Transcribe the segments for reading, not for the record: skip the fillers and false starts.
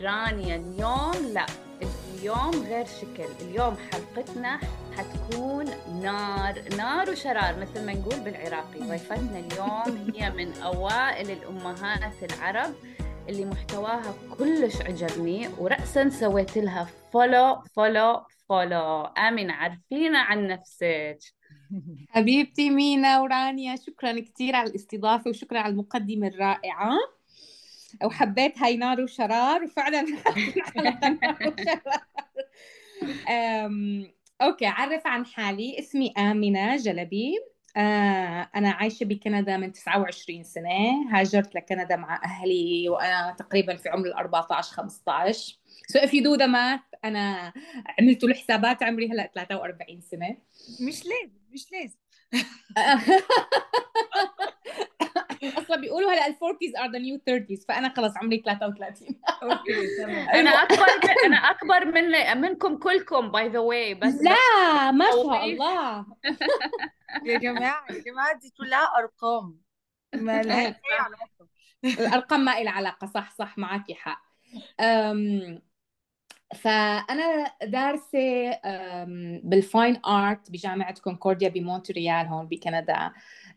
رانيا اليوم لا، اليوم غير شكل. اليوم حلقتنا حتكون نار نار وشرار مثل ما نقول بالعراقي. ضيفتنا اليوم هي من أوائل الأمهات العرب اللي محتواها كلش عجبني، ورأسا سويت لها فولو فولو فولو. آمنة، عرفينا عن نفسك. حبيبتي مينا ورانيا، شكرا كثير على الاستضافة وشكرا على المقدمة الرائعة. وحبيت هاي نار وشرار، وفعلا حتكون حلقة نار وشرار. أوكي، أعرف عن حالي. اسمي آمنة جلبي. أنا عايشة بكندا من 29 سنة. هاجرت لكندا مع أهلي وأنا تقريبا في عمر ال 14 15. So if you do the math، أنا عملت له حسابات، عمري هلأ 43 سنة. مش لازم. اصلا بيقولوا هلا ال 40s are the new 30s، فانا خلص عمري 33. اوكي تمام. أنا ايوه. أكبر منكم كلكم باي ذا واي، بس لا ما شاء طويل. الله. يا جماعة دي كلها أرقام، ما لهاش إيه، أي صح. علاقة. الارقام ما لها علاقه. صح صح، معك حق. أم، فانا دارسه بالفاين ارت بجامعه كونكورديا بمونتريال هون بكندا.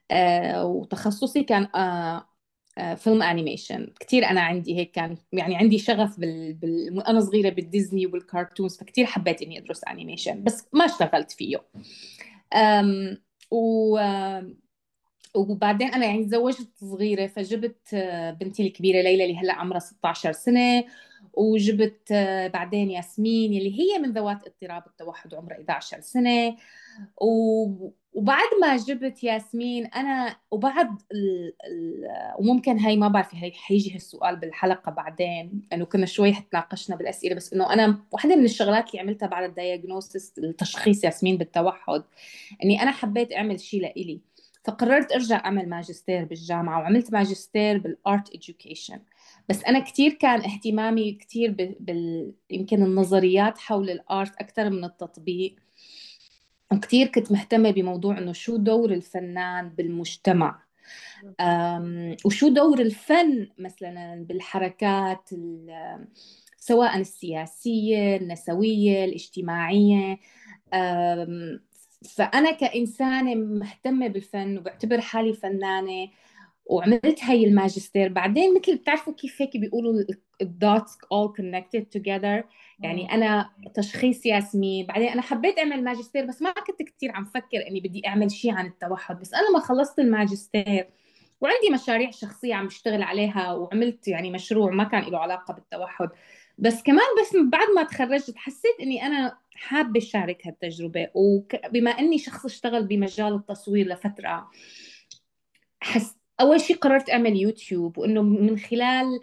وتخصصي كان فيلم انيميشن. كثير انا عندي هيك، كان يعني عندي شغف انا صغيره بالديزني والكرتونز، فكتير حبيت اني ادرس انيميشن بس ما اشتغلت فيه. أم... و... وبعدين انا يعني تزوجت صغيره، فجبت بنتي الكبيره ليلى اللي هلا عمرها 16 سنه. وجبت بعدين ياسمين اللي هي من ذوات اضطراب التوحد عمرها 11 سنه. وبعد ما جبت ياسمين انا وبعد وممكن هاي ما بعرف، هي حيجي هالسؤال بالحلقه بعدين لانه كنا شوي تناقشنا بالاسئله، بس انه انا واحده من الشغلات اللي عملتها بعد الدايجنوستس التشخيص ياسمين بالتوحد، اني انا حبيت اعمل شيء لإلي. فقررت ارجع اعمل ماجستير بالجامعه، وعملت ماجستير بالارت education. بس انا كثير كان اهتمامي كثير يمكن النظريات حول الارت اكثر من التطبيق. وكثير كنت مهتمة بموضوع إنه شو دور الفنان بالمجتمع. وشو دور الفن مثلا بالحركات سواء السياسية النسوية الاجتماعية. أم، فأنا كإنسانة مهتمة بالفن وبعتبر حالي فنانة، وعملت هاي الماجستير. بعدين مثل بتعرفوا كيف هيك بيقولوا الدوتس all connected together. يعني مم. أنا تشخيص ياسمين، بعدين أنا حبيت أعمل ماجستير بس ما كنت كتير عم فكر إني بدي أعمل شيء عن التوحد. بس أنا ما خلصت الماجستير وعندي مشاريع شخصية عم بشتغل عليها، وعملت يعني مشروع ما كان له علاقة بالتوحد. بس كمان بس بعد ما تخرجت حسيت إني أنا حابة أشارك هالتجربة. وبما إني شخص اشتغل بمجال التصوير لفترة، أول شيء قررت أعمل يوتيوب، وإنه من خلال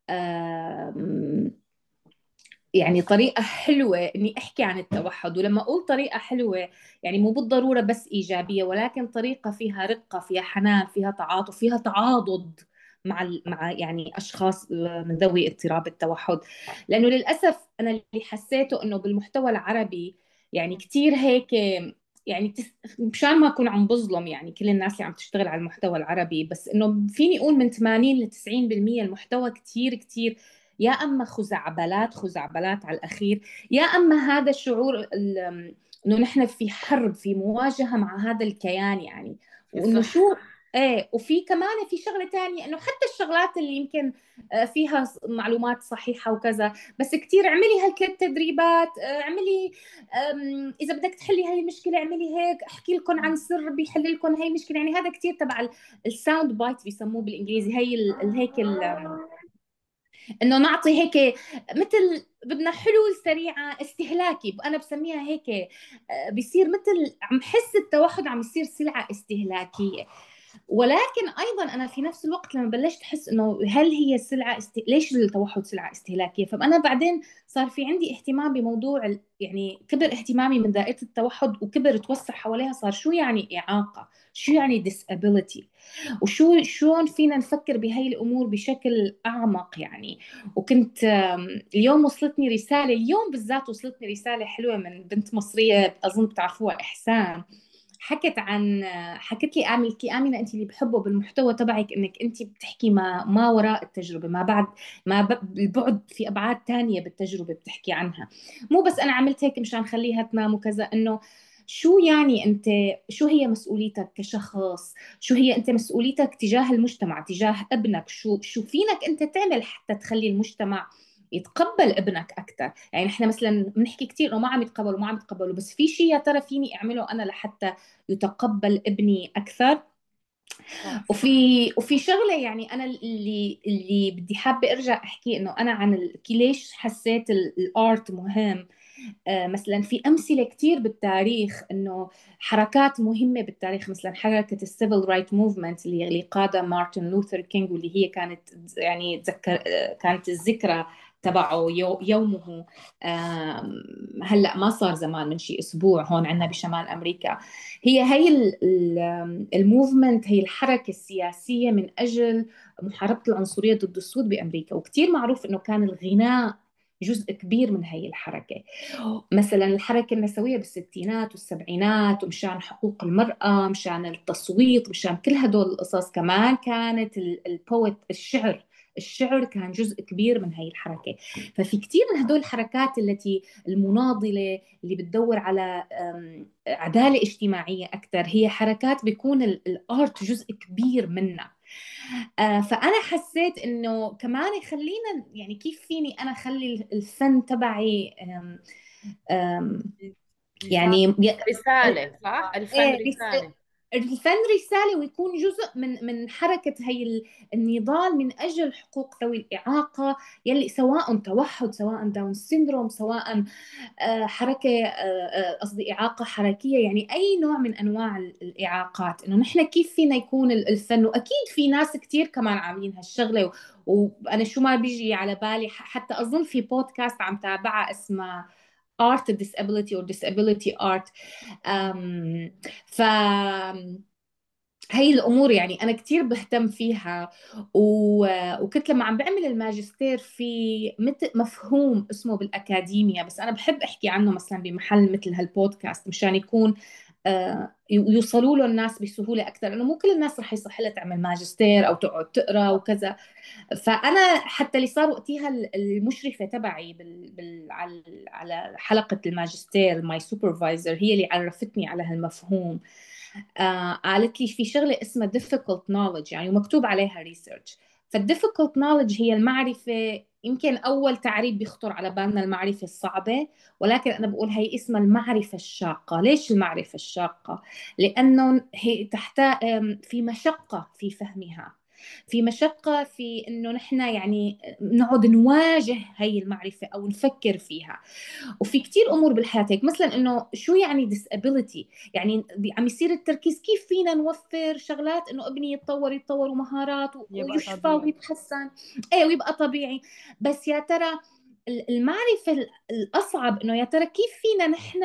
يعني طريقة حلوة إني أحكي عن التوحد. ولما أقول طريقة حلوة يعني مو بالضرورة بس إيجابية، ولكن طريقة فيها رقة، فيها حنان، فيها تعاطف، فيها تعاضد مع يعني أشخاص من ذوي اضطراب التوحد. لأنه للأسف أنا اللي حسيته إنه بالمحتوى العربي يعني كتير هيك، يعني مشان ما أكون عم بظلم يعني كل الناس اللي عم تشتغل على المحتوى العربي، بس إنه فيني أقول من 80 ل 90% المحتوى كتير كتير يا اما خزعبلات خزعبلات على الاخير، يا اما هذا الشعور انه نحن في حرب، في مواجهه مع هذا الكيان يعني. وانه صح. شو ايه. وفي كمان في شغله تانية، انه حتى الشغلات اللي يمكن فيها معلومات صحيحه وكذا، بس كثير اعملي هالكت تدريبات، اعملي اذا بدك تحلي هاي المشكله اعملي هيك، احكي لكم عن سر بيحل لكم هاي المشكله. يعني هذا كثير تبع الساوند بايت بيسموه بالانجليزي، هي هيك انه نعطي هيك مثل بدنا حلول سريعه استهلاكي، انا بسميها هيك. بيصير مثل عم حس التوحد عم يصير سلعه استهلاكيه. ولكن ايضا انا في نفس الوقت لما بلشت احس انه هل هي ليش التوحد سلعه استهلاكيه، فانا بعدين صار في عندي اهتمام بموضوع يعني كبر اهتمامي من دائره التوحد وكبر توسع حواليها. صار شو يعني اعاقه، شو يعني disability، وشو شلون فينا نفكر بهاي الأمور بشكل أعمق يعني. وكنت اليوم وصلتني رسالة، اليوم بالذات وصلتني رسالة حلوة من بنت مصرية أظن بتعرفوها، إحسان. حكت لي آمنة أنت اللي بحبه بالمحتوى تبعك إنك أنت بتحكي ما وراء التجربة، ما بعد، البعد في أبعاد تانية بالتجربة بتحكي عنها. مو بس أنا عملت هيك مشان خليها تنام وكذا، إنه شو يعني أنت، شو هي مسؤوليتك كشخص، شو هي أنت مسؤوليتك تجاه المجتمع، تجاه ابنك، شو فينك أنت تعمل حتى تخلي المجتمع يتقبل ابنك اكثر. يعني احنا مثلا بنحكي كثير انه ما عم يتقبلوا، بس في شيء يا ترى فيني اعمله انا لحتى يتقبل ابني اكثر. صح. وفي شغله، يعني انا اللي بدي حابه ارجع احكي انه انا عن ليش حسيت الارت مهم. مثلا في أمثلة كتير بالتاريخ إنه حركات مهمة بالتاريخ، مثلا حركة السيفل رايت موفمنت اللي قادها مارتن لوثر كينج، واللي هي كانت يعني كانت الذكرى تبعه يومه. هلا ما صار زمان، من شي اسبوع هون عندنا بشمال امريكا. هي الموفمنت، هي الحركه السياسيه من اجل محاربه العنصريه ضد السود بامريكا. وكتير معروف انه كان الغناء جزء كبير من هي الحركة. مثلا الحركة النسوية بالستينات والسبعينات، ومشان حقوق المرأة، مشان التصويت، مشان كل هدول القصص، كمان كانت البويت، الشعر كان جزء كبير من هي الحركة. ففي كتير من هدول الحركات المناضلة اللي بتدور على عدالة اجتماعية أكثر، هي حركات بيكون الآرت جزء كبير منها. فأنا حسيت إنه كمان خلينا، يعني كيف فيني أنا أخلي الفن تبعي آم، بيساعد. يعني رسالة، صح؟ الفن إيه رسالة. الفن رسالة، ويكون جزء من حركة هي النضال من أجل حقوق ذوي الإعاقة، يلي سواء توحد، سواء داون سيندروم، سواء حركة قصدي إعاقة حركية، يعني أي نوع من أنواع الإعاقات. إنه نحن كيف فينا يكون الفن. وأكيد في ناس كتير كمان عاملين هالشغلة، وأنا شو ما بيجي على بالي، حتى أظن في بودكاست عم تابعها اسمها Art Disability or Disability Art. ف هي الأمور يعني أنا كتير بهتم فيها. وكنت لما عم بعمل الماجستير في مثل مفهوم اسمه بالأكاديميا، بس أنا بحب أحكي عنه مثلا بمحل مثل هالبودكاست، مشان يكون يوصلوا له الناس بسهولة أكثر، لأنه مو كل الناس رح يصح لها تعمل ماجستير أو تقعد تقرأ وكذا. فأنا حتى اللي صار وقتها المشرفة تبعي على حلقة الماجستير، ماي سوبرفايزر، هي اللي عرفتني على هالمفهوم. قالت لي في شغلة اسمها difficult knowledge، يعني ومكتوب عليها research. فالdifficult knowledge هي المعرفة، يمكن أول تعريف بيخطر على بالنا المعرفة الصعبة، ولكن أنا بقول هي اسمها المعرفة الشاقة. ليش المعرفة الشاقة؟ لأنه هي تحتاج في مشقة في فهمها، في مشقة في إنه نحن يعني نقعد نواجه هي المعرفة أو نفكر فيها. وفي كتير امور بالحياه هيك، مثلا انه شو يعني disability، يعني عم يصير التركيز كيف فينا نوفر شغلات انه ابني يتطور ومهارات يبقى ويشفى طبيعي. ويتحسن، ايه ويبقى طبيعي. بس يا ترى المعرفة الأصعب إنه يا ترى كيف فينا نحن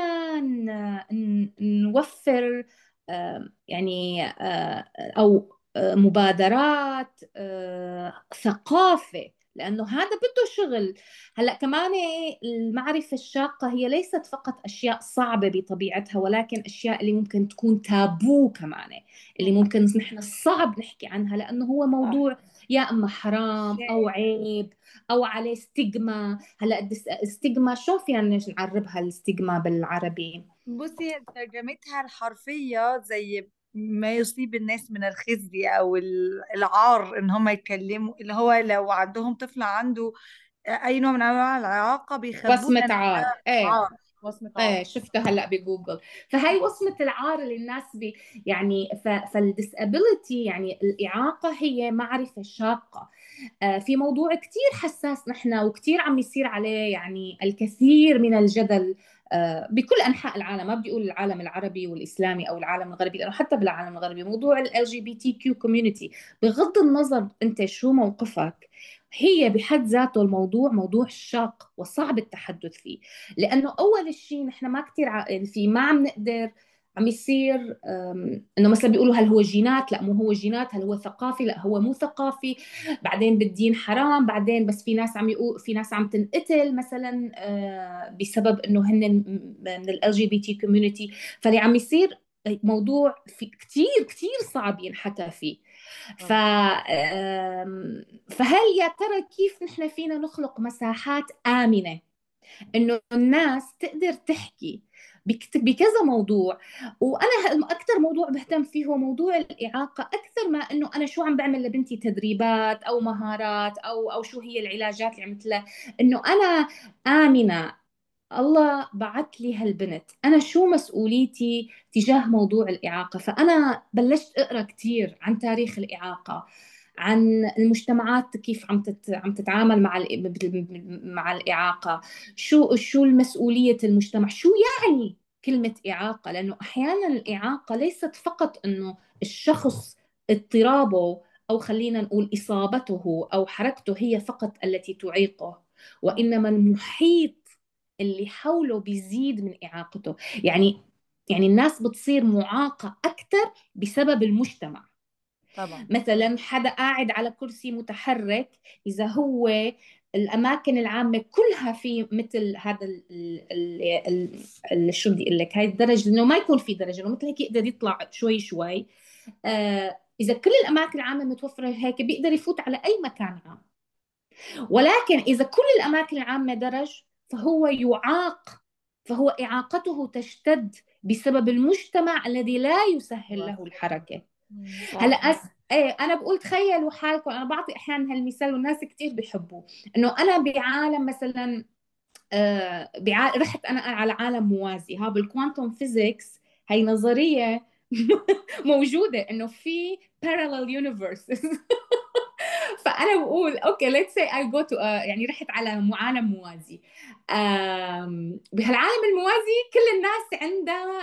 نوفر يعني أو مبادرات ثقافة، لأنه هذا بده شغل. هلا كمان المعرفة الشاقة هي ليست فقط أشياء صعبة بطبيعتها، ولكن أشياء اللي ممكن تكون تابو كمان، اللي ممكن نحن صعب نحكي عنها، لأنه هو صح. موضوع يا أما حرام أو شائع. عيب أو عليه ستيغما. هلا الستيغما شو فينا نعربها الستيغما بالعربي؟ بصي، ترجمتها الحرفية زي ما يصيب الناس من الخزي او العار، ان هم يتكلموا، اللي هو لو عندهم طفل عنده اي نوع من انواع الإعاقة بيخبوه وصمة لان عار، ده ايه. عار، وصمة عار. ايه شفتها هلا بجوجل. فهي وصمة العار اللي الناس يعني فالديسابيليتي، يعني الإعاقة هي معرفة شاقة في موضوع كتير حساس نحن، وكتير عم يصير عليه يعني الكثير من الجدل بكل أنحاء العالم. ما بدي أقول العالم العربي والإسلامي أو العالم الغربي، لأنه حتى بالعالم الغربي موضوع ال LGBTQ community، بغض النظر أنت شو موقفك، هي بحد ذاته الموضوع موضوع شاق وصعب التحدث فيه. لأنه أول شيء نحن ما كتير يعني في ما عم نقدر، عم يصير انه مثلا بيقولوا هل هو جينات؟ لا مو هو جينات. هل هو ثقافي؟ لا هو مو ثقافي. بعدين بالدين حرام. بعدين بس في ناس عم يقول، في ناس عم تنقتل مثلا بسبب انه هن من ال LGBT community. فاللي عم يصير موضوع في كتير كتير صعب ينحكى فيه. ف... فهل يا ترى كيف نحن فينا نخلق مساحات آمنة إنه الناس تقدر تحكي بكذا موضوع؟ وأنا أكثر موضوع بهتم فيه هو موضوع الإعاقة، أكثر ما إنه أنا شو عم بعمل لبنتي تدريبات أو مهارات أو شو هي العلاجات اللي عملتها، إنه أنا آمنة الله بعت لي هالبنت، أنا شو مسؤوليتي تجاه موضوع الإعاقة. فأنا بلشت أقرأ كتير عن تاريخ الإعاقة، عن المجتمعات كيف عم تتعامل مع الإعاقة، شو المسؤولية المجتمع، شو يعني كلمة إعاقة، لأنه أحيانا الإعاقة ليست فقط إنه الشخص اضطرابه أو خلينا نقول إصابته أو حركته هي فقط التي تعيقه، وإنما المحيط اللي حوله بيزيد من إعاقته. يعني الناس بتصير معاقة أكثر بسبب المجتمع. طبعا. مثلا حدا قاعد على كرسي متحرك، إذا هو الأماكن العامة كلها في مثل هذا شو بدي أقول لك، هاي الدرجة إنه ما يكون في درجة إنه مثل هيك يقدر يطلع شوي شوي. إذا كل الأماكن العامة متوفرة هيك بيقدر يفوت على أي مكان عام. ولكن إذا كل الأماكن العامة درج فهو يعاق، فهو إعاقته تشتد بسبب المجتمع الذي لا يسهل له الحركة. هلا ايه انا بقول تخيلوا حالكم، انا بعطي احيانا هالمثال والناس كتير بيحبوه، انه انا بعالم مثلا رحت انا على عالم موازي، ها بالكوانتوم فيزيكس هي نظرية موجودة انه في parallel universes. فانا بقول اوكي let's say I go to يعني رحت على عالم موازي. بهالعالم الموازي كل الناس عندها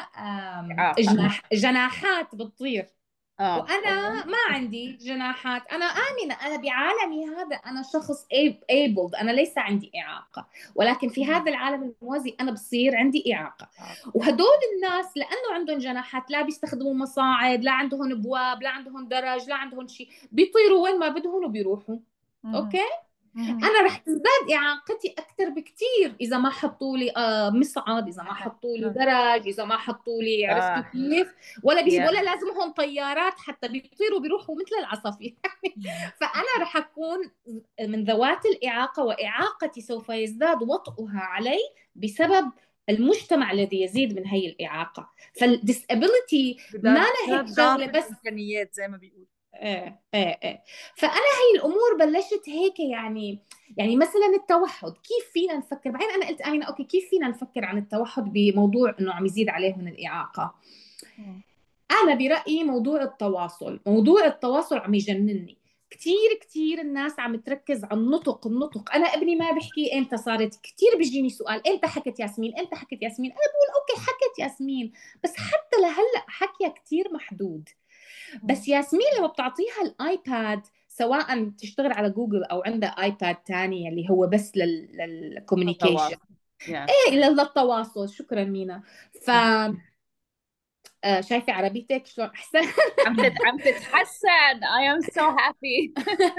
جناحات بتطير، وانا ما عندي جناحات، انا آمنة، انا بعالمي هذا انا شخص able، انا ليس عندي إعاقة، ولكن في هذا العالم الموازي انا بصير عندي إعاقة. وهدول الناس لانه عندهم جناحات لا بيستخدموا مصاعد، لا عندهم ابواب، لا عندهم درج، لا عندهم شيء، بيطيروا وين ما بدهم وبيروحوا. اوكي انا رح تزداد اعاقتي اكثر بكثير اذا ما حطوا لي مصعد، اذا ما حطوا لي درج، اذا ما حطوا لي عرفتوا كيف، ولا لازمهم طيارات حتى بيطيروا بيروحوا مثل العصافير. فانا رح اكون من ذوات الاعاقه، واعاقتي سوف يزداد وطئها علي بسبب المجتمع الذي يزيد من هي الاعاقه. فالديسابيليتي ما لها هيك شغله بس امكانيات زي ما بيقولوا. ايه فانا هي الامور بلشت هيك، يعني مثلا التوحد كيف فينا نفكر، بعدين انا قلت امينه اوكي كيف فينا نفكر عن التوحد بموضوع انه عم يزيد عليه من الاعاقه. انا برايي موضوع التواصل عم يجنني كتير كتير. الناس عم تركز على النطق. انا ابني ما بحكي، امتى صارت؟ كتير بيجيني سؤال امتى حكت ياسمين، امتى حكت ياسمين؟ انا بقول اوكي حكت ياسمين، بس حتى لهلا حكيها كتير محدود. بس ياسمين لما بتعطيها الايباد، سواء تشتغل على جوجل او عندها ايباد تاني اللي هو بس للكوميونيكيشن، ايه للتواصل. شكرا مينا. ف شايفه عربيتك شلون احسن؟ عم تتحسن. I am so happy.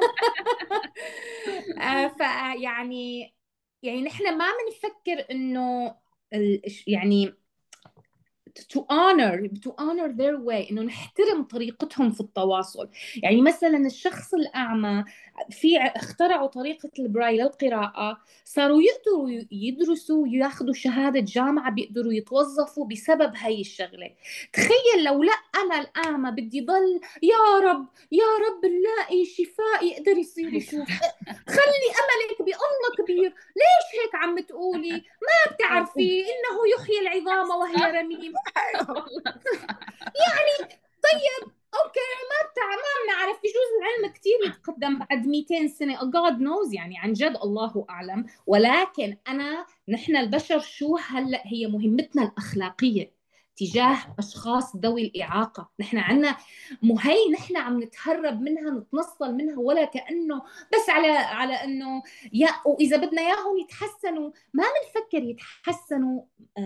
يعني نحن ما بنفكر انه يعني to honor their way، انه نحترم طريقتهم في التواصل. يعني مثلا الشخص الاعمى اخترعوا طريقة البرايل للقراءة، صاروا يقدروا يدرسوا وياخذوا شهادة جامعة، بيقدروا يتوظفوا بسبب هاي الشغلة. تخيل لو لا أنا الأعمى بدي ضل يا رب نلاقي شفاء يقدر يصير يشوف. خلي أملك بالله كبير، ليش هيك عم تقولي؟ ما بتعرفي إنه يحيي العظام وهي رميم؟ يعني طيب اوكي ما بنعرف، بجوز العلم كثير يتقدم بعد 200 سنة God knows، يعني عن جد الله أعلم. ولكن نحن البشر شو هلأ هي مهمتنا الأخلاقية تجاه أشخاص ذوي الإعاقة. نحن عنا نحن عم نتهرب منها، نتنصل منها، ولا كأنه بس على أنه وإذا بدنا إياهم يتحسنوا ما بنفكر يتحسنوا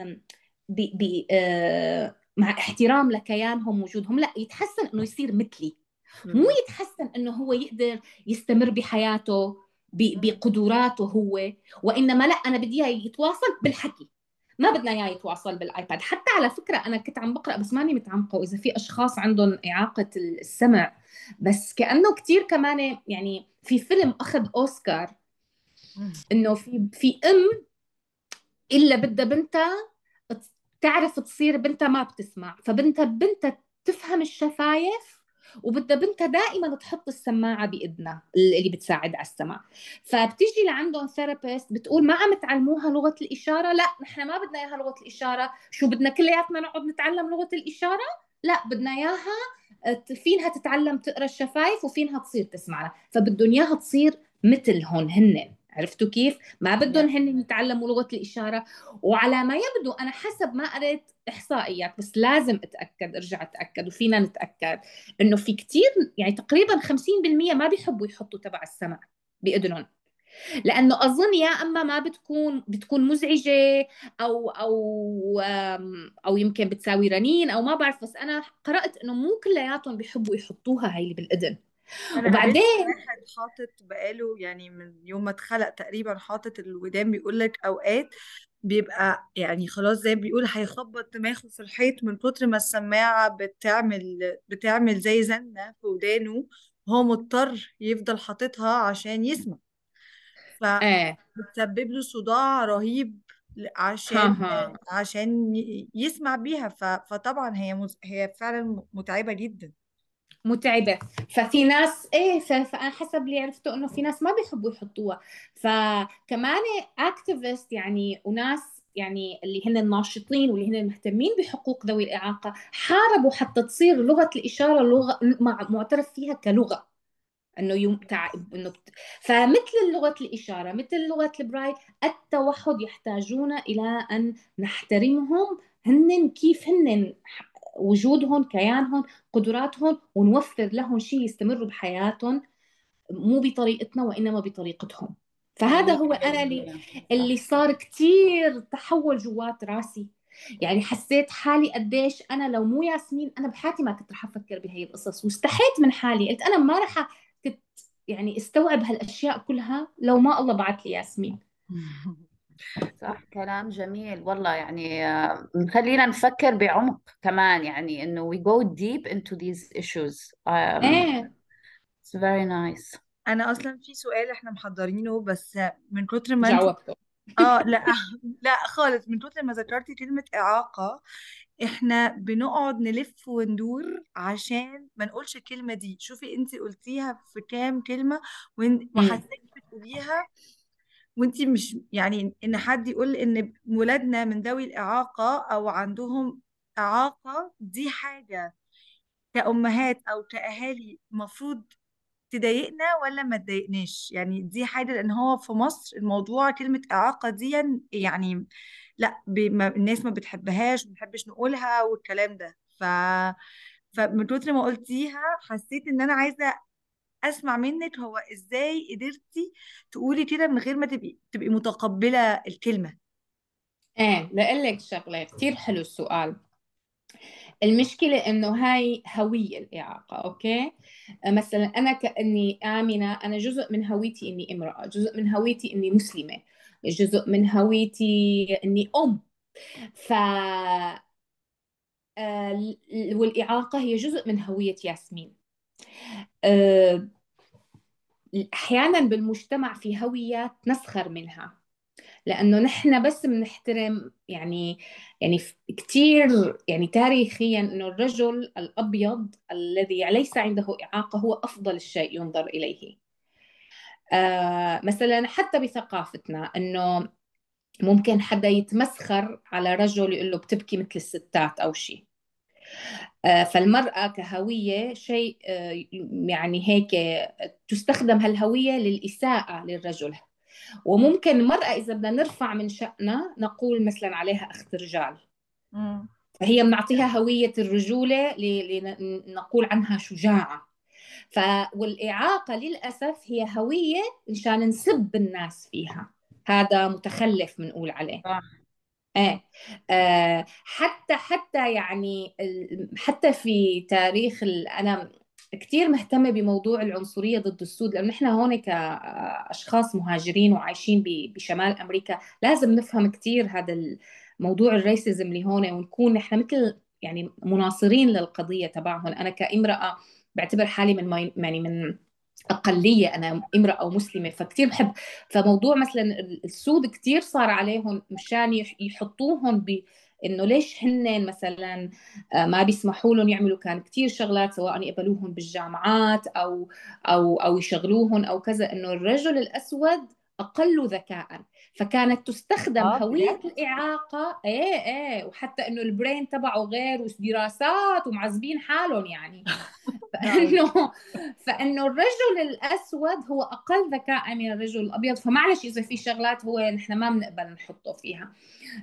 مع احترام لكيانهم وجودهم، لا يتحسن انه يصير مثلي، مو يتحسن انه هو يقدر يستمر بحياته بقدراته هو، وانما لا انا بدي اياه يتواصل بالحكي، ما بدنا اياه يتواصل بالايباد. حتى على فكره انا كنت عم بقرا بس ماني متعمقه واذا في اشخاص عندهم اعاقه السمع، بس كانه كتير كمان يعني في فيلم اخذ اوسكار مم. انه في ام الا بدها بنتها تعرف تصير بنتها ما بتسمع، فبنتها تفهم الشفايف، وبدها بنتها دائما تحط السماعه باذنها اللي بتساعد على السمع. فبتيجي لعندهم ثيرابيست بتقول ما عم تعلموها لغه الاشاره، لا نحن ما بدنا اياها لغه الاشاره، شو بدنا كلياتنا نقعد نتعلم لغه الاشاره؟ لا بدنا اياها فينها تتعلم تقرا الشفايف وفينها تصير تسمع، فبدهم اياها تصير مثلهم هن. عرفتوا كيف؟ ما بدهم Yeah. هن يتعلموا لغة الإشارة. وعلى ما يبدو أنا حسب ما قريت إحصائيات، بس لازم أتأكد، أرجع أتأكد وفينا نتأكد، إنه في كتير يعني تقريبا 50% ما بيحبوا يحطوا تبع السمع بإذنهم، لأنه أظن يا أما ما بتكون مزعجة أو يمكن بتساوي رنين أو ما بعرف، بس أنا قرأت إنه مو كلياتهم بيحبوا يحطوها هاي اللي بالإذن. انا قابلت وبعدين واحد حاطط بقاله يعني من يوم ما اتخلق تقريبا حاطط الودان، بيقول لك اوقات بيبقى يعني خلاص زي ما بيقول هيخبط دماغه في الحيط من كتر ما السماعة بتعمل زي زنة في ودانه، وهو مضطر يفضل حاططها عشان يسمع، آه فبتسبب له صداع رهيب ها عشان ها يسمع بيها. فطبعا هي فعلا متعبة جدا. متعبة. ففي ناس ايه فانا حسب اللي عرفته انه في ناس ما بيحبوا يحطوها. فكمان اكتيفيست يعني وناس يعني اللي هن الناشطين واللي هن المهتمين بحقوق ذوي الإعاقة حاربوا حتى تصير لغة الإشارة لغة معترف فيها كلغة، انه فمثل لغة الإشارة مثل لغة البراي التوحد يحتاجون إلى أن نحترمهم هن كيف هن وجودهم كيانهم قدراتهم، ونوفر لهم شيء يستمروا بحياتهم مو بطريقتنا وإنما بطريقتهم. فهذا هو أنا 100% اللي صح. صار كتير تحول جوات راسي. يعني حسيت حالي قديش أنا لو مو ياسمين أنا بحياتي ما كنت رح أفكر بهي القصص، واستحيت من حالي قلت أنا ما رح كنت يعني استوعب هالأشياء كلها لو ما الله بعت لي ياسمين. صح، كلام جميل والله. يعني خلينا نفكر بعمق كمان، يعني انه we go deep into these issues. ايه It's very nice. انا اصلا في سؤال احنا محضرينه، بس من كتر ما انت جاوبته. اه لا لا خالص، من كتر ما ذكرتي كلمة إعاقة احنا بنقعد نلف وندور عشان ما نقولش الكلمة دي. شوفي انت قلتيها في كام كلمة، امم وحسيت بتقوليها وانت مش يعني ان حد يقول ان ولادنا من ذوي الإعاقة او عندهم إعاقة، دي حاجة كأمهات او كأهالي مفروض تضايقنا ولا ما تضايقناش؟ يعني دي حاجة، لأن هو في مصر الموضوع كلمة إعاقة دي يعني لا الناس ما بتحبهاش، ما بنحبش نقولها والكلام ده. فمن كتر ما قلتيها حسيت إن أنا عايزة أسمع منك هو إزاي قدرتي تقولي كده من غير ما تبقي متقبلة الكلمة. ايه لقلك شغلة كتير حلو السؤال. المشكلة إنه هاي هوية الإعاقة، أوكي؟ مثلا أنا كأني آمنة، أنا جزء من هويتي إني امرأة، جزء من هويتي إني مسلمة، جزء من هويتي إني أم. ف والإعاقة هي جزء من هوية ياسمين. آه، أحيانا بالمجتمع في هويات نسخر منها، لأنه نحن بس بنحترم يعني كثير يعني تاريخيا إنه الرجل الأبيض الذي ليس عنده إعاقة هو أفضل الشيء ينظر إليه. مثلا حتى بثقافتنا إنه ممكن حدا يتمسخر على رجل يقول له بتبكي مثل الستات أو شيء. فالمرأة كهوية شيء يعني هيك تستخدم هالهوية للإساءة للرجل. وممكن المرأة إذا بدنا نرفع من شأنها نقول مثلا عليها أخت رجال، مم. فهي بنعطيها هوية الرجولة لنقول عنها شجاعة. والإعاقة للأسف هي هوية مشان نسب الناس فيها، هذا متخلف بنقول عليه. صح. ايه حتى يعني حتى في تاريخ انا كتير مهتمة بموضوع العنصرية ضد السود، لأنه نحن هون كأشخاص مهاجرين وعايشين بشمال أمريكا لازم نفهم كتير هذا الموضوع الريسيزم اللي هون، ونكون نحن مثل يعني مناصرين للقضية تبعهم. أنا كامرأة بعتبر حالي يعني من أقلية، أنا امرأة ومسلمة، فكتير بحب. فموضوع مثلا السود كتير صار عليهم مشان يحطوهم إنه ليش هن مثلا ما بيسمحوا لهم يعملوا كان كتير شغلات، سواء يقبلوهم بالجامعات أو يشغلوهم أو كذا، إنه الرجل الأسود أقل ذكاء، فكانت تستخدم هوية بجد؟ الإعاقة. إيه وحتى إنه البرين تبعه غير ودراسات ومعذبين حالهم يعني. فانه الرجل الاسود هو اقل ذكاء من الرجل الابيض، فمعلش اذا في شغلات هو نحن ما بنقبل نحطه فيها.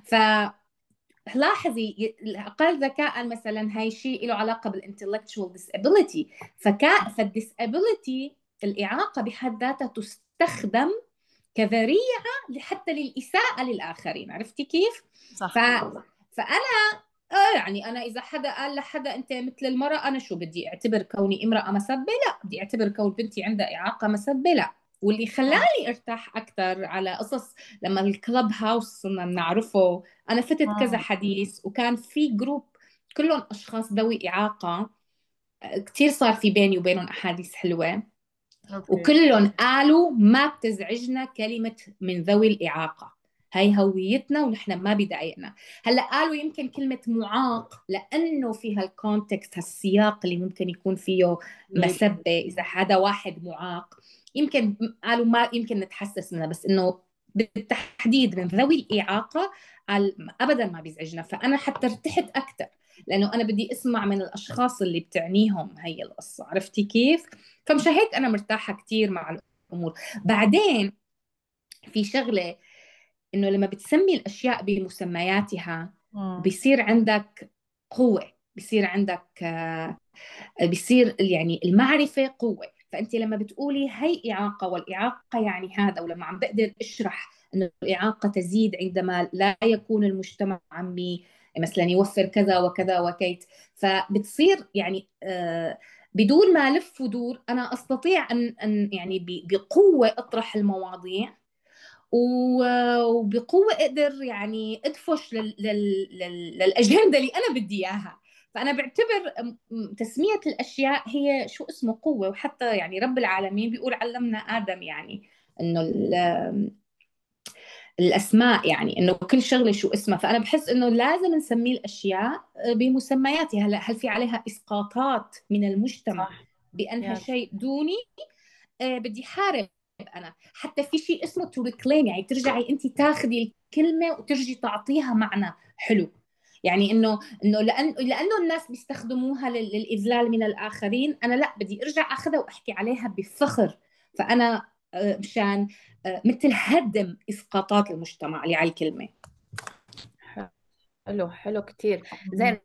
فلاحظي الاقل ذكاء مثلا هاي شيء له علاقه بالintellectual disability. فالديسابيليتي الاعاقه بحد ذاتها تستخدم كذريعه حتى للاساءه للاخرين، عرفتي كيف؟ ف... صح. فانا يعني انا اذا حدا قال لحدا انت مثل المراه، انا شو بدي اعتبر كوني امراه مسبه؟ لا. بدي اعتبر كون بنتي عندها اعاقه مسبه؟ لا. واللي خلاني ارتاح اكثر على قصص لما الكلب هاوس صرنا بنعرفه، انا فتت كذا حديث وكان في جروب كلهم اشخاص ذوي اعاقه، كثير صار في بيني وبينهم احاديث حلوه، اوكي. وكلهم قالوا ما بتزعجنا كلمة من ذوي الإعاقة، هاي هويتنا ونحن ما بضايقنا. هلا قالوا يمكن كلمة معاق لأنه فيها الكونتكست، السياق اللي ممكن يكون فيه مسبة إذا حدا واحد معاق، يمكن قالوا ما يمكن نتحسس منها، بس إنه بالتحديد من ذوي الإعاقة أبدا ما بيزعجنا. فأنا حتى ارتحت أكثر لأنه أنا بدي أسمع من الأشخاص اللي بتعنيهم هي القصة، عرفتي كيف؟ فمش هيك أنا مرتاحة كتير مع الأمور. بعدين في شغلة إنه لما بتسمي الأشياء بمسمياتها بيصير عندك قوة، بيصير عندك بيصير يعني المعرفة قوة. فأنت لما بتقولي هي إعاقة والإعاقة يعني هذا، ولما عم بقدر أشرح أن الإعاقة تزيد عندما لا يكون المجتمع عم مثلا يوفر كذا وكذا وكيت، فبتصير يعني بدون ما لف ودور أنا أستطيع أن يعني بقوة أطرح المواضيع، وبقوة أقدر يعني أدفش للأجندة اللي أنا بدي إياها. فأنا بعتبر تسمية الأشياء هي شو اسمه قوة. وحتى يعني رب العالمين بيقول علمنا آدم يعني إنه الأسماء، يعني إنه كل شغلة شو اسمها. فأنا بحس إنه لازم نسمي الأشياء بمسمياتها. هلا هل في عليها إسقاطات من المجتمع صح. بأنها يس. شيء دوني؟ بدي حارب. انا حتى في شيء اسمه تو ريكليم، يعني ترجعي انت تاخذي الكلمه وترجي تعطيها معنى حلو. يعني انه لانه الناس بيستخدموها للاذلال من الاخرين، انا لا، بدي ارجع اخذها واحكي عليها بفخر. فانا مشان مثل هدم اسقاطات المجتمع اللي على الكلمه. حلو حلو كتير زين.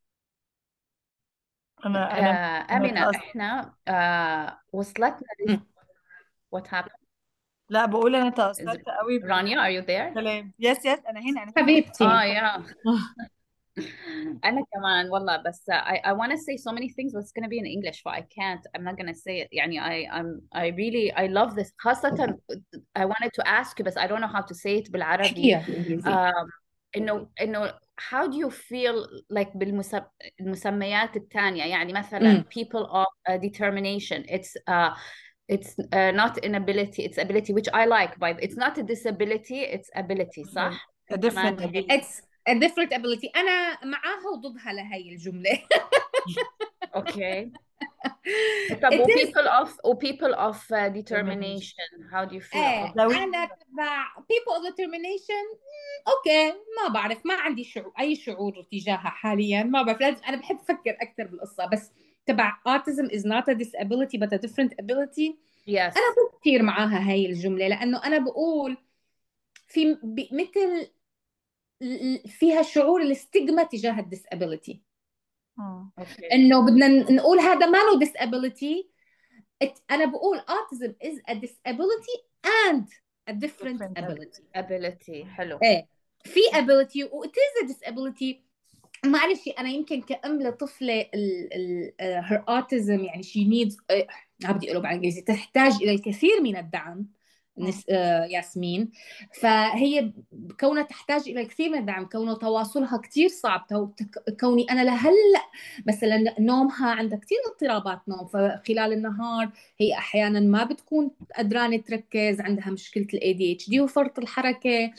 انا آمنة، تأثرت. احنا وصلتنا م. what happened. لا، بقول انا تأثرت قوي رانيا are you there؟ بالكلام. يس يس، انا هنا انا هنا. حبيبتي. يا أنا كمان والله، بس I want to say so many things but it's going to be in English so I can't, I'm not going to say it. يعني I really I love this خاصة. I wanted to ask you بس I don't know how to say it بالعربي. احكيها بالانجليزي. إنه how do you feel like بالمسميات الثانية، يعني مثلا people of determination, it's not inability, it's ability, which I like. By it's not a disability, it's ability. صح؟ a different كمان هيك. ability. It's a different ability. أنا معاها وضدها لهي الجملة. Okay. طب It is people of determination, how do you feel about أنا تبع people of determination. أوكي، ما بعرف، ما عندي أي شعور تجاهها حاليا، ما بعرف. لازم أنا بحب أفكر أكثر بالقصة. بس تبع autism is not a disability but a different ability. yes أنا مو كثير معاها هاي الجملة، لأنه أنا بقول في مثل فيها شعور الاستجمة تجاه الديسابيليتي، okay انه بدنا نقول هذا ما له disability. انا بقول autism is a disability and a different ability. ability. حلو. ايه، في ability و it is a disability معلش انا يمكن كأم لطفله her autism يعني she needs بدي اقوله بالانجليزي تحتاج الى الكثير من الدعم. ياسمين، فهي كونها تحتاج الى الكثير من الدعم، كونه تواصلها كثير صعب، كوني انا لهلا مثلا نومها عندها كثير اضطرابات نوم، فخلال النهار هي احيانا ما بتكون قدرانه تركز، عندها مشكله الاي دي اتش دي وفرط الحركه.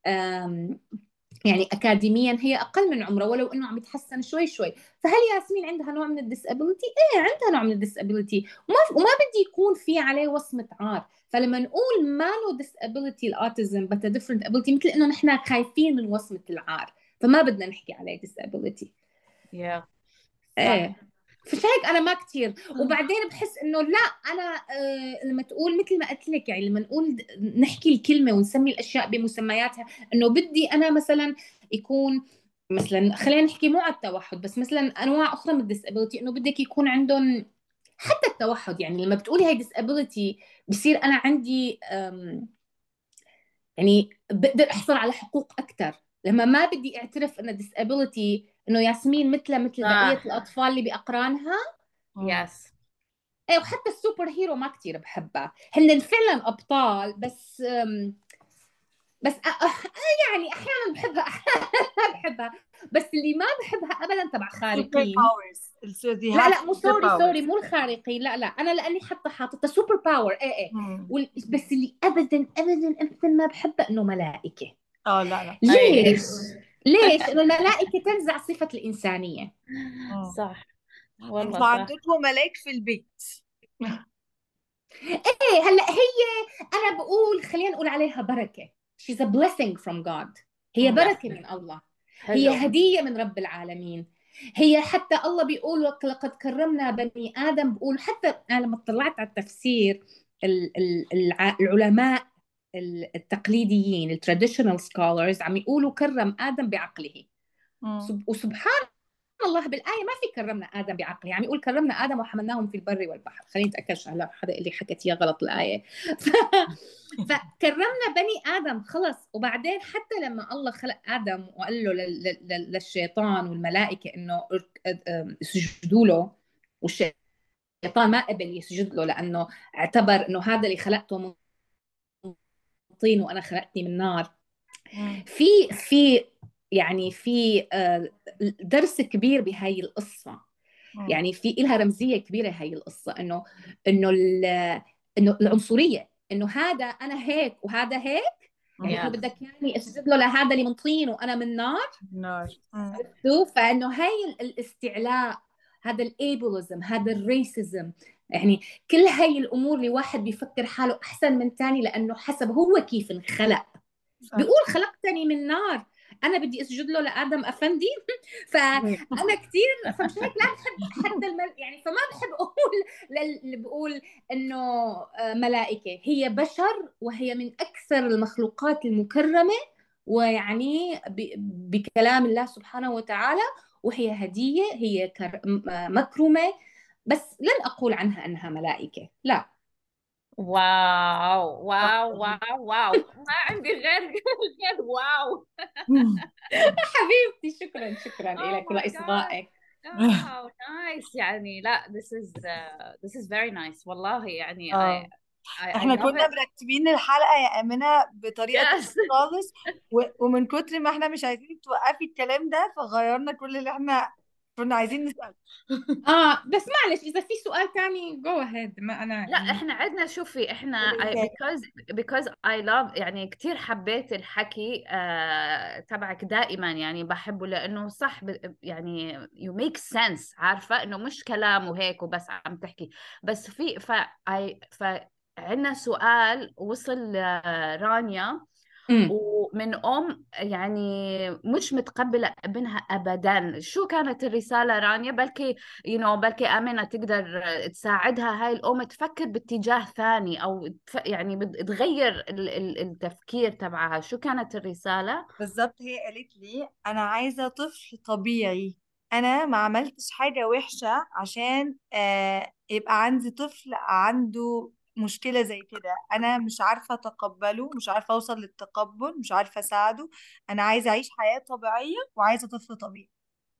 يعني اكاديميا هي اقل من عمره ولو انه عم يتحسن شوي شوي. فهل ياسمين عندها نوع من الديسابيلتي؟ ايه عندها نوع من الديسابيلتي، وما بدي يكون في عليه وصمه عار. فلما نقول ما له ديسابيلتي الاوتيزم بس ديفرنت ابيلتي، مثل انه نحن خايفين من وصمه العار، فما بدنا نحكي عليه ديسابيلتي. يا صح. ايه، فش هيك انا ما كتير. وبعدين بحس انه لا، انا لما تقول مثل ما قلت لك، يعني لما نقول نحكي الكلمه ونسمي الاشياء بمسمياتها، انه بدي انا مثلا يكون مثلا، خلينا نحكي مو على التوحد بس، مثلا انواع اخرى من الديسابيلتي، انه بدك يكون عندهم حتى التوحد. يعني لما بتقولي هاي ديسابيلتي بصير انا عندي يعني بقدر احصل على حقوق اكثر. لما ما بدي اعترف انه disability، انه ياسمين مثل بقيه صح. الاطفال اللي باقرانها. يس. ايه، وحتى السوبر هيرو ما كتير بحبها، هن فعلا ابطال بس يعني احيانا بحبها احيانا ما بحبها. بس اللي ما بحبها ابدا تبع سوبر خارقين. باورز. they لا have لا، مو super سوري powers. مو الخارقين، لا لا، انا لاني حاطه سوبر باور. ايه ايه. بس اللي ابدا ابدا ابدا ما بحبها انه ملائكه. اه لا لا. اي. ليش؟ ليش؟ انه الملائكه تنزع صفه الانسانيه. صح والله انتوا صح. عندكم ملاك في البيت. ايه، هلا هي انا بقول خلينا نقول عليها بركه. she's a blessing from God. هي يس. بركه من الله، هي حلو. هديه من رب العالمين. هي حتى الله بيقول لقد كرمنا بني ادم، بقول حتى انا لما طلعت على التفسير العلماء التقليديين التراديشنال سكولرز عم يقولوا كرم ادم بعقله. وسبحان الله بالآية ما في كرمنا آدم بعقله، يعني يقول كرمنا آدم وحملناهم في البر والبحر. خليني أتأكد هلا حدا اللي حكت إياه غلط الآية. فكرمنا بني آدم خلص. وبعدين حتى لما الله خلق آدم وقال له للشيطان والملائكة إنه اسجدوا له، والشيطان ما قبل يسجد له لأنه اعتبر إنه هذا اللي خلقته من طين وأنا خلقتني من نار. في يعني في درس كبير بهاي القصة. يعني في إلها رمزية كبيرة هاي القصة، إنه العنصرية، إنه هذا أنا هيك وهذا هيك. يعني إنه بدك يعني أسجد له لهذا اللي من طين وأنا من نار. عرفتوا؟ فإنه هاي الاستعلاء، هذا الابوليزم، هذا الريسيزم، يعني كل هاي الأمور اللي واحد بيفكر حاله أحسن من تاني لأنه حسب هو كيف انخلق. بيقول خلقتني من نار، انا بدي اسجد له لادم افندي. فانا كثير، فمش هيك لا بحب حتى يعني فما بحب اقول اللي بقول انه ملائكه. هي بشر وهي من اكثر المخلوقات المكرمه، ويعني بكلام الله سبحانه وتعالى، وهي هديه، هي مكرمه. بس لن اقول عنها انها ملائكه، لا. واو واو واو واو، ما عندي غير واو. حبيبتي، شكرا Oh لك my God. ولإصغائك. Oh nice. يعني لا this is very nice والله. يعني I احنا love كنا it. مرتبين الحلقة يا آمنة بطريقة تانية Yes. خالص، ومن كتر ما احنا مش عايزين توقفي الكلام ده فغيرنا كل اللي احنا كنا عايزين نسأله. بس معلش اذا في سؤال تاني جو اهيد، ما انا لا يعني. احنا عندنا، شوفي احنا because I love، يعني كتير حبيت الحكي تبعك دائما، يعني بحبه لانه صح يعني you make sense، عارفة انه مش كلام وهيك وبس عم تحكي. بس في عندنا سؤال وصل رانيا، ومن يعني مش متقبلة ابنها أبدا. شو كانت الرسالة رانيا؟ بلكي بلكي آمنة تقدر تساعدها هاي الأم تفكر باتجاه ثاني، أو يعني تغير التفكير تبعها. شو كانت الرسالة؟ بالظبط، هي قالت لي انا عايزة طفل طبيعي، انا ما عملتش حاجة وحشة عشان يبقى عندي طفل عنده مشكلة زي كده. انا مش عارفة اتقبله، مش عارفة اوصل للتقبل، مش عارفة اساعده. انا عايزة اعيش حياة طبيعية وعايزة طفل طبيعي.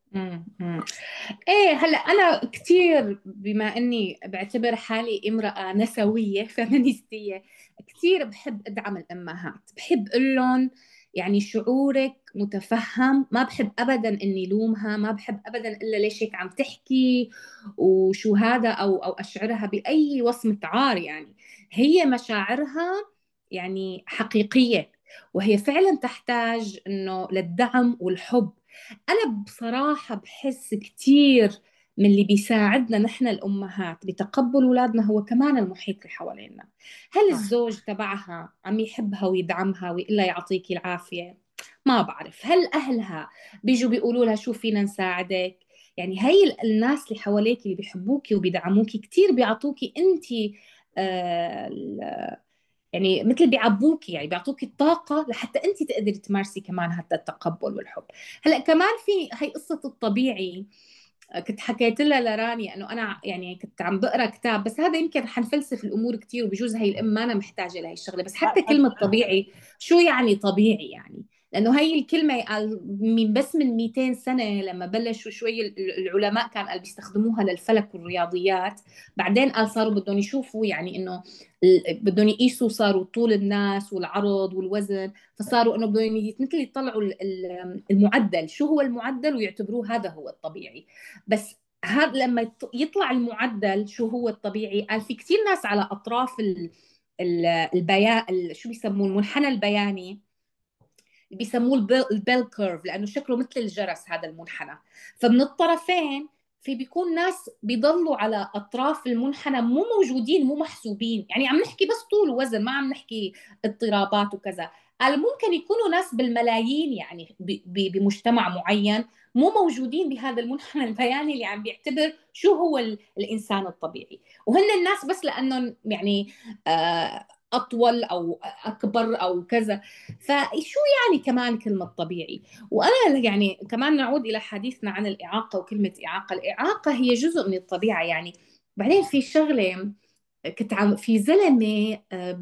مم. ايه هلا انا كثير بما اني بعتبر حالي امرأة نسوية فيمينيستية، كثير بحب ادعم الامهات، بحب اقول لهم يعني شعورك متفهم، ما بحب ابدا اني لومها، ما بحب ابدا الا ليش هيك عم تحكي وشو هذا، او اشعرها باي وصمة عار. يعني هي مشاعرها يعني حقيقية، وهي فعلا تحتاج انه للدعم والحب. أنا بصراحة بحس كتير من اللي بيساعدنا نحن الأمهات بتقبل أولادنا هو كمان المحيط اللي حوالينا. هل صح. الزوج تبعها عم يحبها ويدعمها ويقول لها يعطيكي العافية؟ ما بعرف. هل أهلها بيجوا بيقولوا لها شو فينا نساعدك؟ يعني هي الناس اللي حواليك اللي بيحبوكي وبيدعموكي كتير بيعطوكي انت يعني مثل بيعبوكي، يعني بيعطوكي الطاقة لحتى انت تقدري تمارسي كمان هذا التقبل والحب. هلا كمان في هي قصة الطبيعي، كنت حكيت لها لرانيا انه انا يعني كنت عم بقرا كتاب، بس هذا يمكن حنفلسف الامور كثير وبجوز هي الام ما أنا محتاجه لهي الشغله، بس حتى كلمه طبيعي شو يعني طبيعي يعني؟ لانه هي الكلمه قال من بس من 200 سنه لما بلشوا شوي العلماء كان قال بيستخدموها للفلك والرياضيات، بعدين قال صاروا بدهم يشوفوا يعني انه بدهم يقيسوا، صاروا طول الناس والعرض والوزن، فصاروا انه بدهم مثل يطلعوا المعدل، شو هو المعدل ويعتبروه هذا هو الطبيعي. بس هذا لما يطلع المعدل شو هو الطبيعي، قال في كثير ناس على اطراف البيان، شو بيسموه المنحنى البياني، بيسموه البيل كيرف لانه شكله مثل الجرس هذا المنحنى، فمن الطرفين في بيكون ناس بيضلوا على اطراف المنحنى مو موجودين، مو محسوبين، يعني عم نحكي بس طول ووزن، ما عم نحكي اضطرابات وكذا. قال ممكن يكونوا ناس بالملايين يعني بمجتمع معين مو موجودين بهذا المنحنى البياني اللي عم بيعتبر شو هو الانسان الطبيعي، وهن الناس بس لانهم يعني اطول او اكبر او كذا. فشو يعني كمان كلمة طبيعي؟ وأنا يعني كمان نعود إلى حديثنا عن الإعاقة وكلمة إعاقة، الإعاقة هي جزء من الطبيعة يعني. بعدين في شغلة، كنت عم في زلمة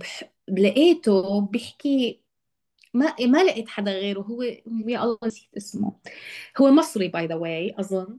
لقيته بيحكي، ما لقيت حدا غيره، هو يا الله نسيت اسمه، هو مصري باي ذا واي أظن،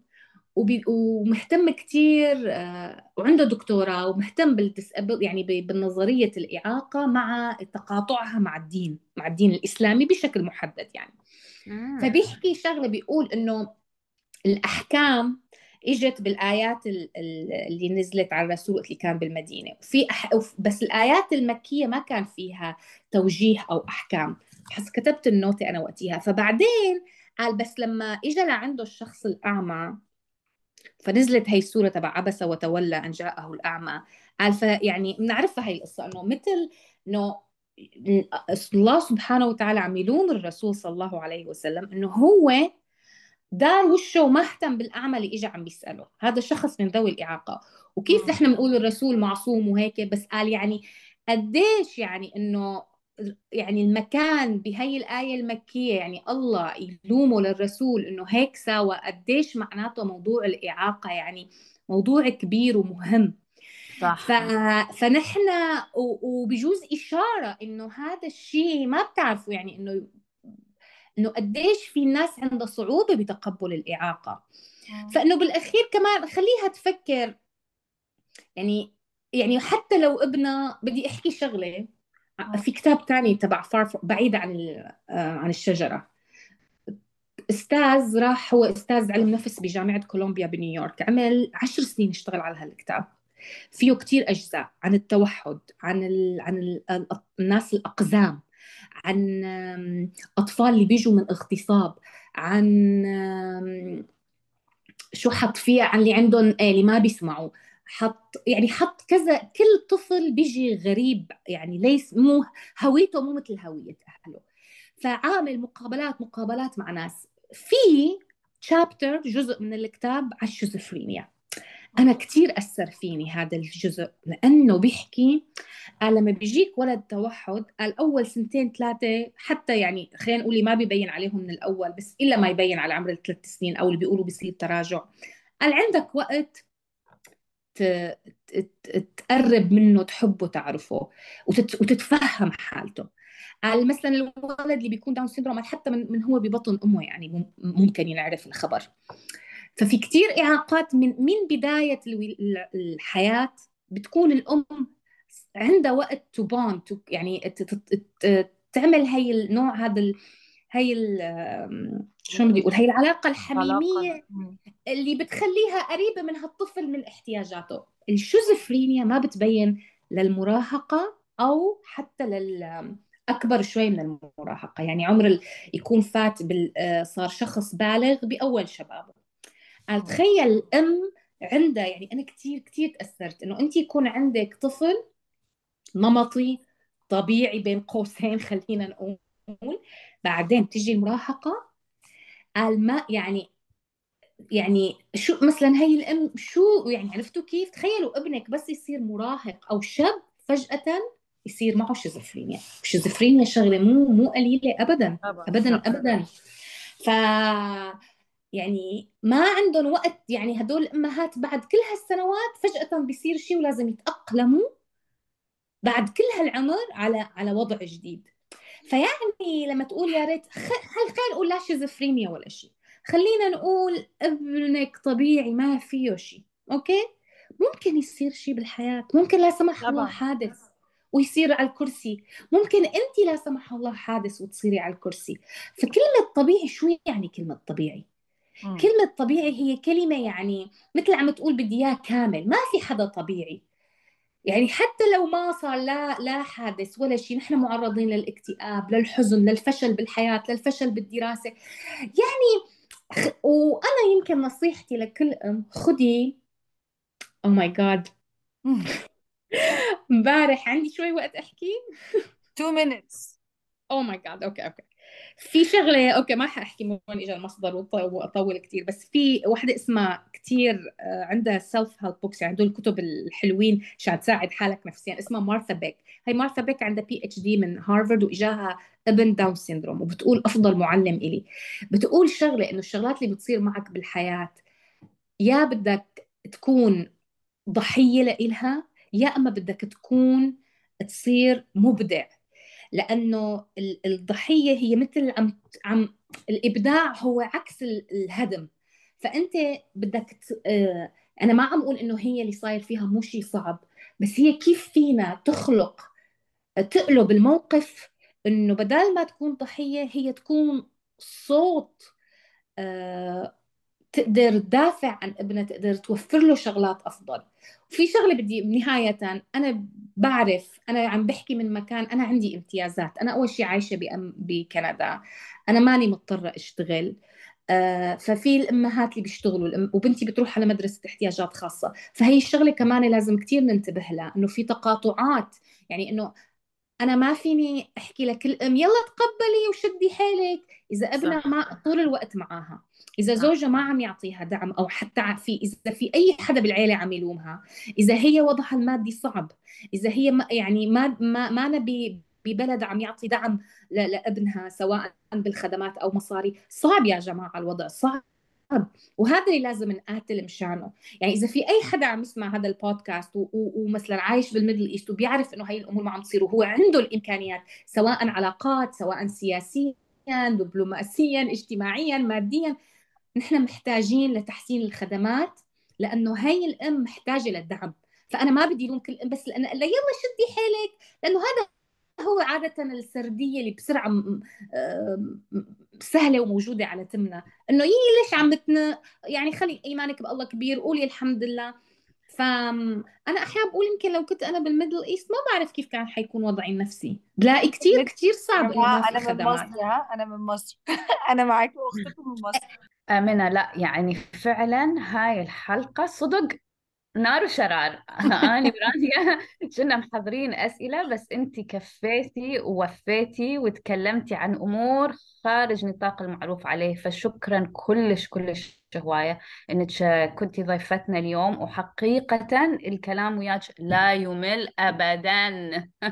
ومهتم كتير وعنده دكتوراه ومهتم يعني بالنظرية الإعاقة مع تقاطعها مع الدين، مع الدين الإسلامي بشكل محدد يعني. فبيحكي شغلة بيقول إنه الأحكام اجت بالآيات اللي نزلت على الرسول وقت اللي كان بالمدينة، بس الآيات المكية ما كان فيها توجيه أو أحكام، حس كتبت النوتة أنا وقتها. فبعدين قال بس لما اجى لعنده الشخص الأعمى فنزلت هي السورة تبع عبس وتولى أن جاءه الأعمى، قال يعني بنعرفها هي القصة إنه مثل إنه الله سبحانه وتعالى عم يلوم الرسول صلى الله عليه وسلم إنه هو دار وشه وما اهتم بالأعمى اللي إجا عم بيسأله، هذا شخص من ذوي الإعاقة. وكيف نحن بنقول الرسول معصوم وهيك، بس قال يعني قديش يعني إنه يعني المكان بهي الآية المكية يعني الله يلومه للرسول إنه هيك ساوى، قديش معناته موضوع الإعاقة يعني موضوع كبير ومهم. ف... صح. فنحن وبجوز إشارة إنه هذا الشيء ما بتعرفوا يعني إنه قديش في ناس عندها صعوبة بتقبل الإعاقة. فإنه بالأخير كمان خليها تفكر يعني حتى لو ابنها، بدي أحكي شغلة، في كتاب تاني تبع بعيد عن عن الشجرة، أستاذ راح، هو أستاذ علم نفس بجامعة كولومبيا بنيويورك، عمل 10 سنين اشتغل على هالكتاب، فيه كتير أجزاء عن التوحد، عن الناس الأقزام، عن أطفال اللي بيجوا من اغتصاب، عن شو حط فيها، عن اللي عندهم اللي ما بيسمعوا، حط كذا، كل طفل بيجي غريب يعني ليس مو هويته مو مثل هوية أهله، فعامل مقابلات مع ناس. في تشابتر جزء من الكتاب على الشيزوفرينيا، أنا كتير أثر فيني هذا الجزء لأنه بيحكي، قال لما بيجيك ولد توحد، قال أول سنتين ثلاثة حتى يعني خلينا نقول ما بيبين عليهم من الأول، بس إلا ما يبين على عمر ال3 سنين أو اللي بيقولوا بيصير تراجع، قال عندك وقت تقرب منه، تحبه، تعرفه، وتتفهم حالته. قال مثلا الولد اللي بيكون داون سيندروم حتى من هو ببطن أمه يعني ممكن ينعرف الخبر. ففي كتير إعاقات من بداية الحياة. بتكون الأم عندها وقت تو بوند، يعني تعمل هي النوع هذا هي شو بدي اقول، هي العلاقة علاقة. الحميمية اللي بتخليها قريبة من هالطفل من احتياجاته. الشيزوفرينيا ما بتبين للمراهقة أو حتى أكبر شوي من المراهقة، يعني يكون فات صار شخص بالغ بأول شبابه. تخيل الأم عندها، يعني أنا كتير كتير تأثرت إنه أنت يكون عندك طفل نمطي طبيعي بين قوسين خلينا نقول، بعدين تيجي المراهقة، قال ما يعني شو مثلا هي الام شو يعني، عرفتوا كيف؟ تخيلوا ابنك بس يصير مراهق او شاب فجأة يصير معه شيزوفرينيا. الشيزوفرينيا شغلة مو قليلة ابدا طبعا. ابدا ابدا. ف يعني ما عندهم وقت، يعني هدول الامهات بعد كل هالسنوات فجأة بيصير شيء ولازم يتأقلموا بعد كل هالعمر على وضع جديد. فيعني لما تقول يا ريت خلينا نقول لا شيزوفرينيا ولا شيء، خلينا نقول ابنك طبيعي ما فيه شيء، اوكي؟ ممكن يصير شيء بالحياة، ممكن لا سمح الله طبعا. حادث ويصير على الكرسي، ممكن انت لا سمح الله حادث وتصيري على الكرسي. فكلمة طبيعي شو يعني كلمة طبيعي؟ كلمة طبيعي هي كلمة يعني مثل عم تقول بدي اياه كامل، ما في حدا طبيعي. يعني حتى لو ما صار لا حادث ولا شيء، نحن معرضين للاكتئاب، للحزن، للفشل بالحياة، للفشل بالدراسة يعني. وأنا يمكن نصيحتي لكل أم، خدي أو ماي جاد، امبارح عندي شوي وقت أحكي. 2 minutes. او ماي جاد، اوكي. في شغله، اوكي ما حاحكي من وين اجى المصدر واطول كثير، بس في وحده اسمها كثير عندها سيلف هيلب بوكس، يعني هدول الكتب الحلوين عشان تساعد حالك نفسيا، اسمها مارثا بيك. هي مارثا بيك عندها PhD من هارفارد واجاها ابن داون سيندروم، وبتقول افضل معلم إلي. بتقول شغله انه الشغلات اللي بتصير معك بالحياه يا بدك تكون ضحيه لإلها، يا اما بدك تكون تصير مبدع. لانه الضحيه هي مثل عم الابداع هو عكس الهدم. فانت بدك انا ما عم اقول انه هي اللي صاير فيها مو شيء صعب، بس هي كيف فينا تقلب الموقف انه بدل ما تكون ضحيه هي تكون صوت، آه، تقدر تدافع عن ابنها، تقدر توفر له شغلات أفضل. وفي شغلة بدي نهاية، أنا بعرف أنا عم بحكي من مكان أنا عندي امتيازات. أنا أول شيء عايشة بكندا، أنا ماني مضطرة أشتغل. ففي الأمهات اللي بيشتغلوا، وبنتي بتروح على مدرسة احتياجات خاصة، فهي الشغلة كمان لازم كتير ننتبه لها، إنه في تقاطعات. يعني إنه انا ما فيني احكي لكل ام يلا تقبلي وشدي حيلك اذا ابنها صح. ما طول الوقت معاها، اذا صح. زوجها ما عم يعطيها دعم، او حتى اذا في اي حدا بالعيله عم يلومها، اذا هي وضعها المادي صعب، اذا هي يعني ما نبي ببلد عم يعطي دعم لابنها سواء بالخدمات او مصاري. صعب يا جماعه، الوضع صعب، وهذا اللي لازم نقاتل مشانه. يعني اذا في اي حدا عم يسمع هذا البودكاست ومثلا عايش بالميدل ايست وبيعرف انه هاي الامور ما عم تصير، وهو عنده الامكانيات سواء علاقات، سواء سياسيا، دبلوماسيا، اجتماعيا، ماديا، نحن محتاجين لتحسين الخدمات، لانه هاي الام محتاجه للدعم. فانا ما بدي لوم كل ام بس لان يلا شدي حيلك، لانه هذا هو عادة السردية اللي بسرعة سهلة وموجودة على تمنا، إنه ليش عم يعني خلي إيمانك بالله كبير، قولي الحمد لله. فأنا أحيانا بقول يمكن لو كنت أنا بالميدل إيست ما بعرف كيف كان حيكون وضعي النفسي، بلاقي كتير كتير يا صعب إنه ما جماعة في أنا من خدمات. مصر، ها أنا من مصر. أنا معاكم أختكم من مصر. آمنة، لا يعني فعلا هاي الحلقة صدق نار وشرار. أنا ورانيا كنا محضرين أسئلة، بس أنت كفيتي ووفيتي وتكلمتي عن أمور خارج نطاق المعروف عليه، فشكرا كلش كلش هواية إنك كنتي ضيفتنا اليوم، وحقيقة الكلام وياك لا يمل أبدا.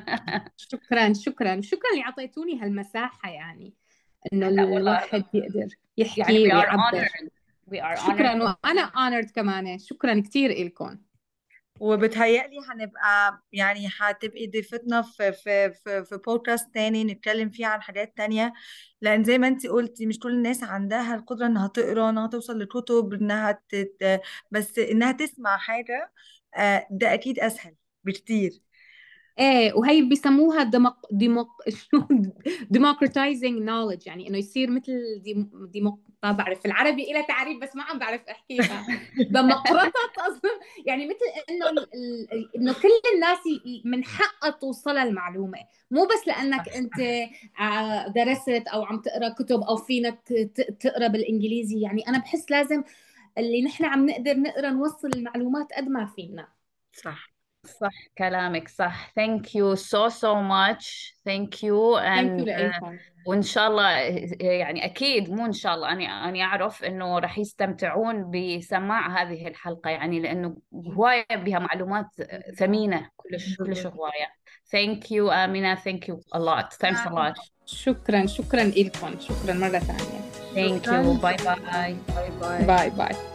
شكرا اللي أعطيتوني هالمساحة، يعني إنه لا والله، الواحد يقدر يعني يحكي we are ويعبر. honored. We are honored. شكرا، وأنا honored كمان، شكرا كتير إلكم. وبتهيألي هنبقى يعني هتبقي ضيفتنا في بودكاست تاني نتكلم فيه عن حاجات تانية، لأن زي ما انتي قلتي مش كل الناس عندها القدرة انها تقرا، انها توصل لكتب، بس انها تسمع حاجة. ده أكيد أسهل بكتير. ايه، وهي بيسموها شنو democratizing knowledge، يعني انه يصير مثل ما بعرف العربي إلى تعريف بس ما عم بعرف احكيها. ديمقراطة اصلا، يعني مثل انه انه كل الناس من حقها توصلها المعلومة، مو بس لانك انت درست او عم تقرا كتب او فينك تقرا بالانجليزي. يعني انا بحس لازم اللي نحن عم نقدر نقرا نوصل المعلومات قد ما فينا. صح. صح كلامك صح. thank you so much. thank you ثانك يو and لإلكم. وإن شاء الله يعني أكيد مو إن شاء الله، أنا أعرف إنه رح يستمتعون بسماع هذه الحلقة، يعني لأنه هواية بها معلومات ثمينة، كلش كلش هواية. thank you آمنة. thank you a lot. thanks a lot. شكرا لكم، شكرا مرة ثانية. thank شكرا. you. bye bye. باي باي. باي باي.